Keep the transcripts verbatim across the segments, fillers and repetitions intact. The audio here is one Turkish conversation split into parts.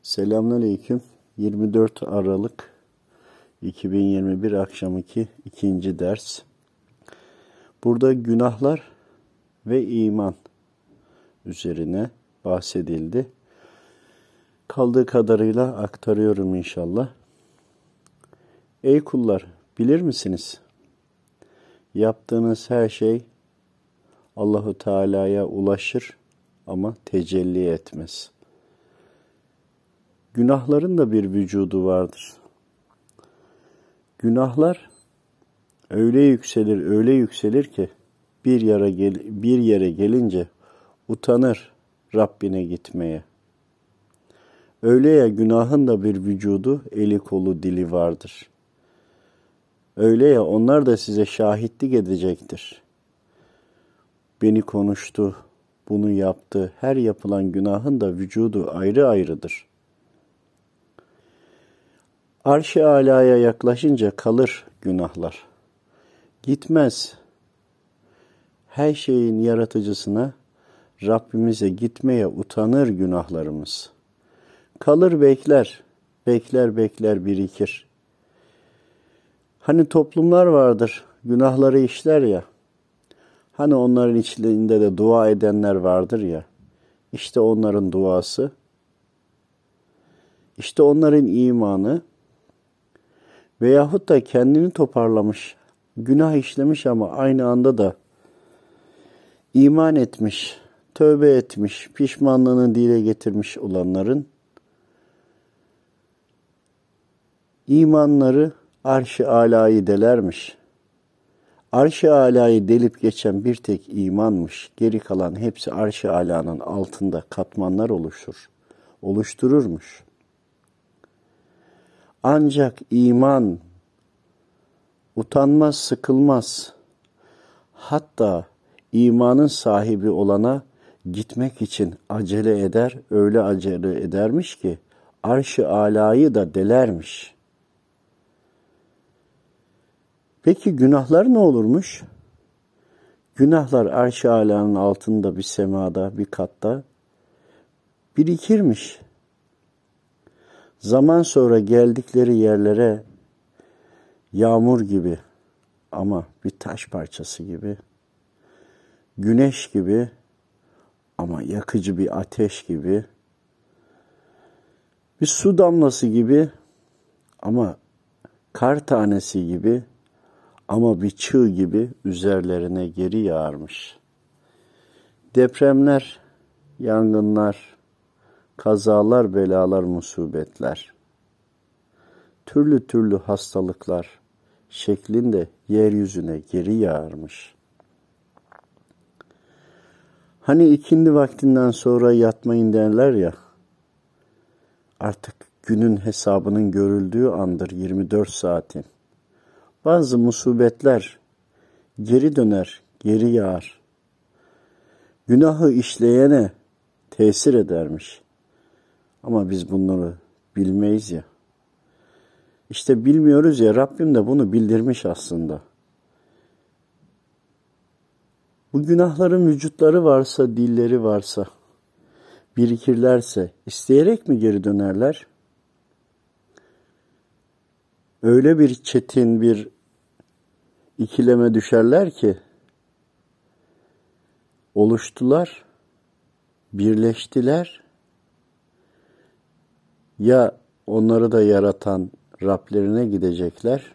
Selamünaleyküm. yirmi dört Aralık iki bin yirmi bir akşamki ikinci ders. Burada günahlar ve iman üzerine bahsedildi. Kaldığı kadarıyla aktarıyorum inşallah. Ey kullar, bilir misiniz? Yaptığınız her şey Allahu Teala'ya ulaşır ama tecelli etmez. Günahların da bir vücudu vardır. Günahlar öyle yükselir, öyle yükselir ki bir yere gel bir yere gelince utanır Rabbine gitmeye. Öyle ya günahın da bir vücudu, eli kolu dili vardır. Öyle ya onlar da size şahitlik edecektir. Beni konuştu, bunu yaptı. Her yapılan günahın da vücudu ayrı ayrıdır. Arş-ı alaya yaklaşınca kalır günahlar. Gitmez. Her şeyin yaratıcısına, Rabbimize gitmeye utanır günahlarımız. Kalır bekler, bekler bekler birikir. Hani toplumlar vardır, günahları işler ya. Hani onların içlerinde de dua edenler vardır ya. İşte onların duası, işte onların imanı, veyahut da kendini toparlamış, günah işlemiş ama aynı anda da iman etmiş, tövbe etmiş, pişmanlığını dile getirmiş olanların imanları arş-ı alayı delermiş. Arş-ı alayı delip geçen bir tek imanmış. Geri kalan hepsi arş-ı alanın altında katmanlar oluşur, oluştururmuş. Ancak iman utanmaz, sıkılmaz. Hatta imanın sahibi olana gitmek için acele eder, öyle acele edermiş ki arş-ı alayı da delermiş. Peki günahlar ne olurmuş? Günahlar arş-ı alanın altında bir semada, bir katta birikirmiş. Zaman sonra geldikleri yerlere yağmur gibi ama bir taş parçası gibi, güneş gibi ama yakıcı bir ateş gibi, bir su damlası gibi ama kar tanesi gibi ama bir çığ gibi üzerlerine geri yağarmış. Depremler, yangınlar, kazalar, belalar, musibetler, türlü türlü hastalıklar şeklinde yeryüzüne geri yağarmış. Hani ikindi vaktinden sonra yatmayın derler ya, artık günün hesabının görüldüğü andır yirmi dört saatin. Bazı musibetler geri döner, geri yağar. Günahı işleyene tesir edermiş. Ama biz bunları bilmeyiz ya. İşte bilmiyoruz ya, Rabbim de bunu bildirmiş aslında. Bu günahların vücutları varsa, dilleri varsa, birikirlerse isteyerek mi geri dönerler? Öyle bir çetin bir ikileme düşerler ki, oluştular, birleştiler. Ya onları da yaratan Rablerine gidecekler.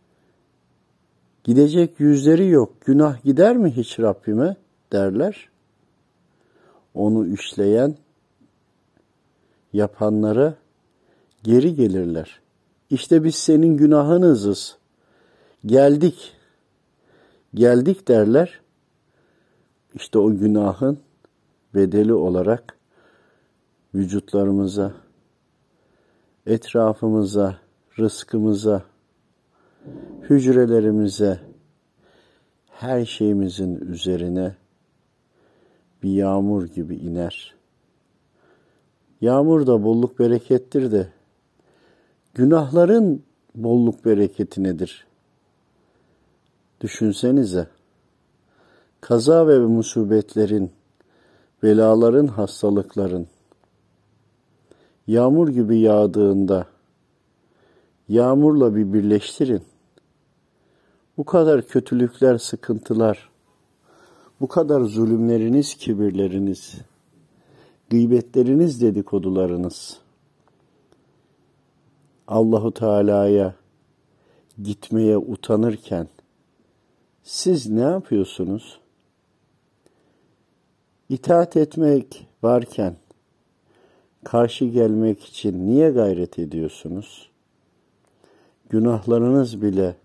Gidecek yüzleri yok. Günah gider mi hiç Rabbime derler. Onu işleyen, yapanlara geri gelirler. İşte biz senin günahınızız. Geldik. Geldik derler. İşte o günahın bedeli olarak vücutlarımıza, etrafımıza, rızkımıza, hücrelerimize, her şeyimizin üzerine bir yağmur gibi iner. Yağmur da bolluk berekettir de, günahların bolluk bereketi nedir? Düşünsenize, kaza ve musibetlerin, belaların, hastalıkların yağmur gibi yağdığında yağmurla bir birleştirin. Bu kadar kötülükler, sıkıntılar, bu kadar zulümleriniz, kibirleriniz, gıybetleriniz, dedikodularınız Allahu Teala'ya gitmeye utanırken siz ne yapıyorsunuz? İtaat etmek varken karşı gelmek için niye gayret ediyorsunuz? Günahlarınız bile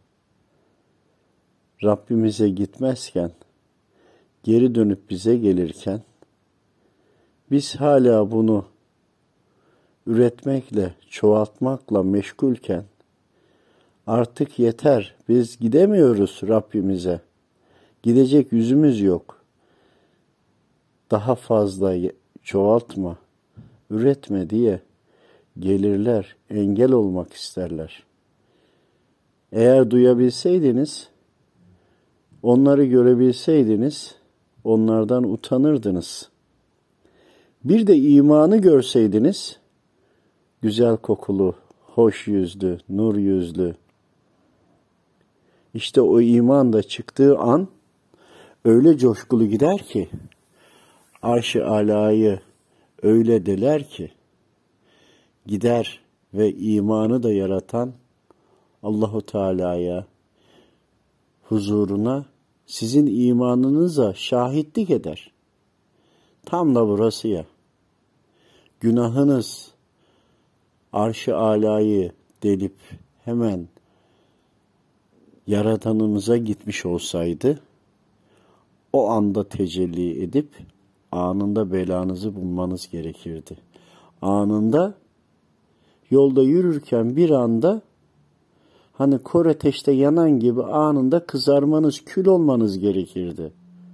Rabbimize gitmezken, geri dönüp bize gelirken, biz hala bunu üretmekle, çoğaltmakla meşgulken, artık yeter, biz gidemiyoruz Rabbimize, gidecek yüzümüz yok, daha fazla çoğaltma, üretme diye gelirler, engel olmak isterler. Eğer duyabilseydiniz, onları görebilseydiniz, onlardan utanırdınız. Bir de imanı görseydiniz, güzel kokulu, hoş yüzlü, nur yüzlü. İşte o iman da çıktığı an, öyle coşkulu gider ki, arş-ı alayı öyle deler ki, gider ve imanı da yaratan Allahu Teala'ya, huzuruna, sizin imanınıza şahitlik eder. Tam da burası ya. Günahınız arş-ı alayı delip hemen Yaradanınıza gitmiş olsaydı, o anda tecelli edip anında belanızı bulmanız gerekirdi. Anında yolda yürürken bir anda hani kor ateşte yanan gibi anında kızarmanız, kül olmanız gerekirdi.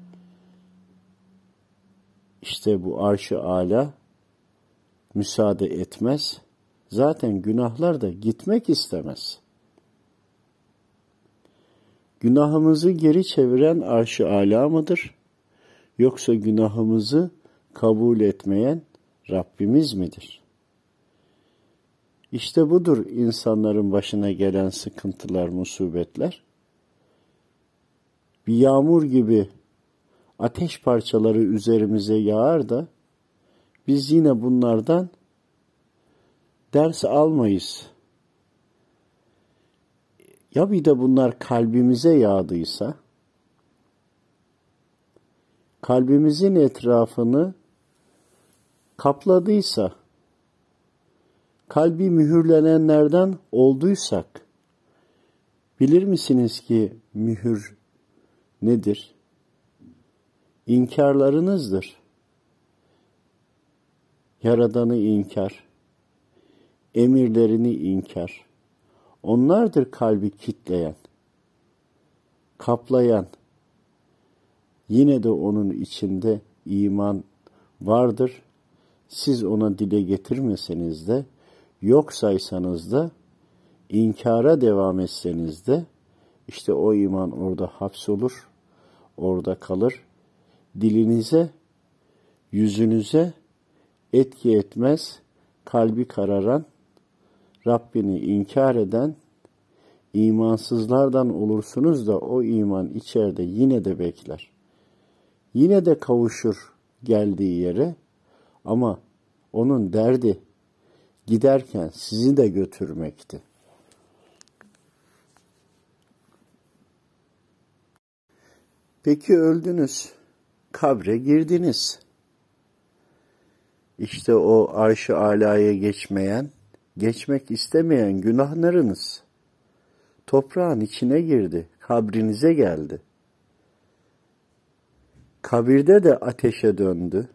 İşte bu arş-ı âlâ müsaade etmez. Zaten günahlar da gitmek istemez. Günahımızı geri çeviren arş-ı âlâ mıdır? Yoksa günahımızı kabul etmeyen Rabbimiz midir? İşte budur insanların başına gelen sıkıntılar, musibetler. Bir yağmur gibi ateş parçaları üzerimize yağar da biz yine bunlardan ders almayız. Ya bir de bunlar kalbimize yağdıysa, kalbimizin etrafını kapladıysa, kalbi mühürlenenlerden olduysak, bilir misiniz ki mühür nedir? İnkarlarınızdır. Yaradanı inkar, emirlerini inkar. Onlardır kalbi kitleyen, kaplayan. Yine de onun içinde iman vardır. Siz ona dile getirmeseniz de, yok saysanız da, inkara devam etseniz de, işte o iman orada hapsolur, orada kalır. Dilinize, yüzünüze etki etmez, kalbi kararan, Rabbini inkar eden, imansızlardan olursunuz da o iman içeride yine de bekler. Yine de kavuşur geldiği yere ama onun derdi giderken sizi de götürmekti. Peki öldünüz, kabre girdiniz. İşte o arş-ı alaya geçmeyen, geçmek istemeyen günahlarınız toprağın içine girdi, kabrinize geldi. Kabirde de ateşe döndü.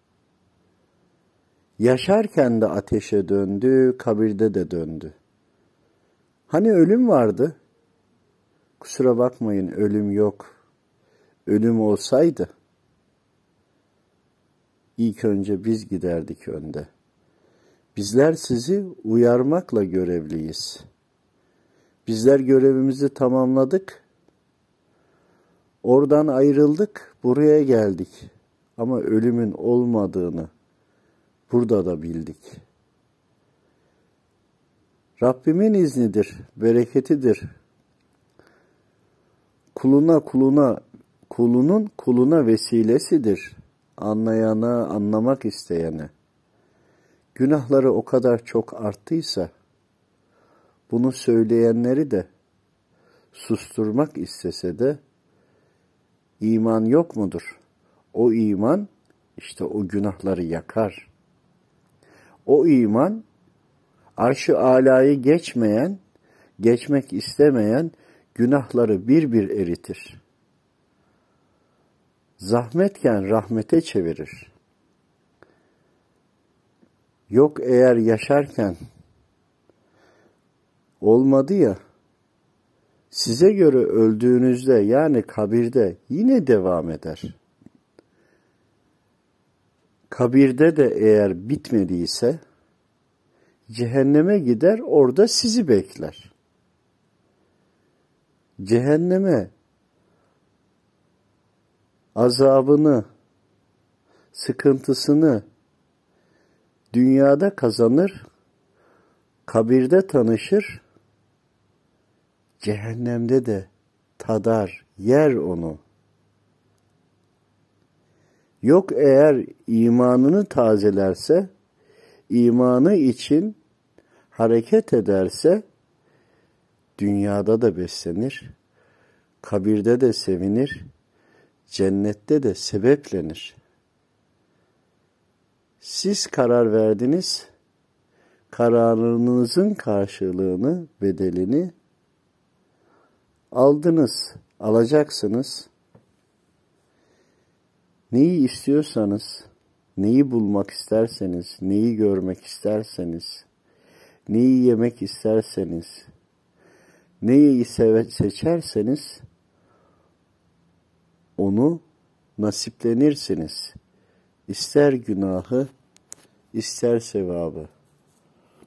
Yaşarken de ateşe döndü, kabirde de döndü. Hani ölüm vardı? Kusura bakmayın, ölüm yok. Ölüm olsaydı, ilk önce biz giderdik önde. Bizler sizi uyarmakla görevliyiz. Bizler görevimizi tamamladık. Oradan ayrıldık, buraya geldik. Ama ölümün olmadığını burada da bildik. Rabbimin iznidir, bereketidir. Kuluna kuluna, kulunun kuluna vesilesidir. Anlayana, anlamak isteyene. Günahları o kadar çok arttıysa, bunu söyleyenleri de susturmak istese de, iman yok mudur? O iman, işte o günahları yakar. O iman, arş-ı âlâyı geçmeyen, geçmek istemeyen günahları bir bir eritir. Zahmetken rahmete çevirir. Yok eğer yaşarken olmadı ya, size göre öldüğünüzde yani kabirde yine devam eder. Kabirde de eğer bitmediyse cehenneme gider, orada sizi bekler. Cehenneme azabını, sıkıntısını dünyada kazanır, kabirde tanışır, cehennemde de tadar, yer onu. Yok eğer imanını tazelerse, imanı için hareket ederse, dünyada da beslenir, kabirde de sevinir, cennette de sebeplenir. Siz karar verdiniz, kararınızın karşılığını, bedelini aldınız, alacaksınız. Neyi istiyorsanız, neyi bulmak isterseniz, neyi görmek isterseniz, neyi yemek isterseniz, neyi seçerseniz, onu nasiplenirsiniz. İster günahı, ister sevabı.